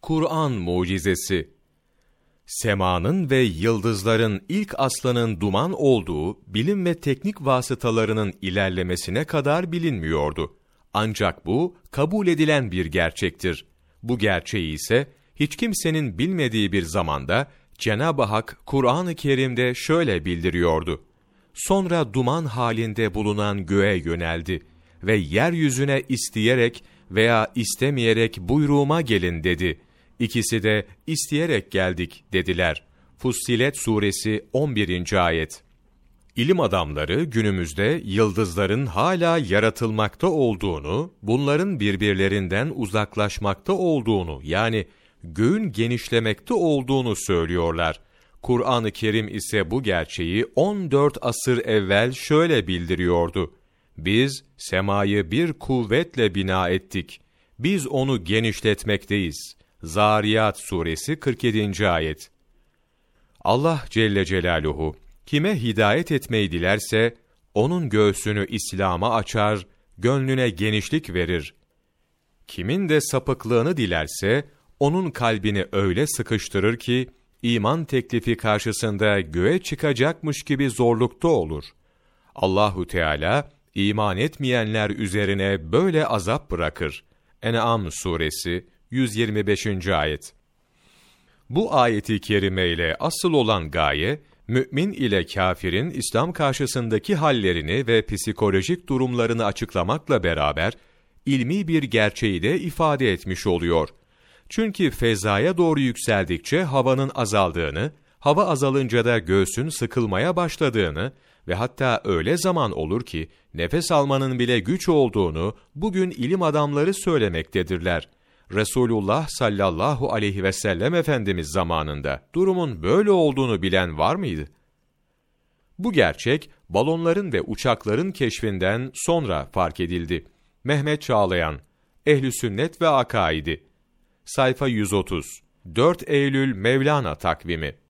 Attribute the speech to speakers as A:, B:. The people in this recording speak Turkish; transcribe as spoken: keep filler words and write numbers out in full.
A: Kur'an mucizesi. Semanın ve yıldızların ilk aslının duman olduğu bilim ve teknik vasıtalarının ilerlemesine kadar bilinmiyordu. Ancak bu kabul edilen bir gerçektir. Bu gerçeği ise hiç kimsenin bilmediği bir zamanda Cenab-ı Hak Kur'an-ı Kerim'de şöyle bildiriyordu. Sonra duman halinde bulunan göğe yöneldi ve yeryüzüne isteyerek veya istemeyerek buyruğuma gelin dedi. İkisi de isteyerek geldik dediler. Fussilet suresi on birinci ayet. İlim adamları günümüzde yıldızların hala yaratılmakta olduğunu, bunların birbirlerinden uzaklaşmakta olduğunu, yani göğün genişlemekte olduğunu söylüyorlar. Kur'an-ı Kerim ise bu gerçeği on dört asır evvel şöyle bildiriyordu. Biz semayı bir kuvvetle bina ettik. Biz onu genişletmekteyiz. Zariyat suresi kırk yedinci ayet. Allah Celle Celaluhu kime hidayet etmeyi dilerse onun göğsünü İslam'a açar, gönlüne genişlik verir. Kimin de sapıklığını dilerse onun kalbini öyle sıkıştırır ki iman teklifi karşısında göğe çıkacakmış gibi zorlukta olur. Allahu Teala iman etmeyenler üzerine böyle azap bırakır. En'am suresi yüz yirmi beşinci ayet. Bu ayeti kerime ile asıl olan gaye, mümin ile kâfirin İslam karşısındaki hallerini ve psikolojik durumlarını açıklamakla beraber, ilmi bir gerçeği de ifade etmiş oluyor. Çünkü fezaya doğru yükseldikçe havanın azaldığını, hava azalınca da göğsün sıkılmaya başladığını ve hatta öyle zaman olur ki, nefes almanın bile güç olduğunu bugün ilim adamları söylemektedirler. Resulullah sallallahu aleyhi ve sellem Efendimiz zamanında durumun böyle olduğunu bilen var mıydı? Bu gerçek, balonların ve uçakların keşfinden sonra fark edildi. Mehmet Çağlayan, Ehl-i Sünnet ve Akaidi, sayfa yüz otuz, dört Eylül Mevlana takvimi.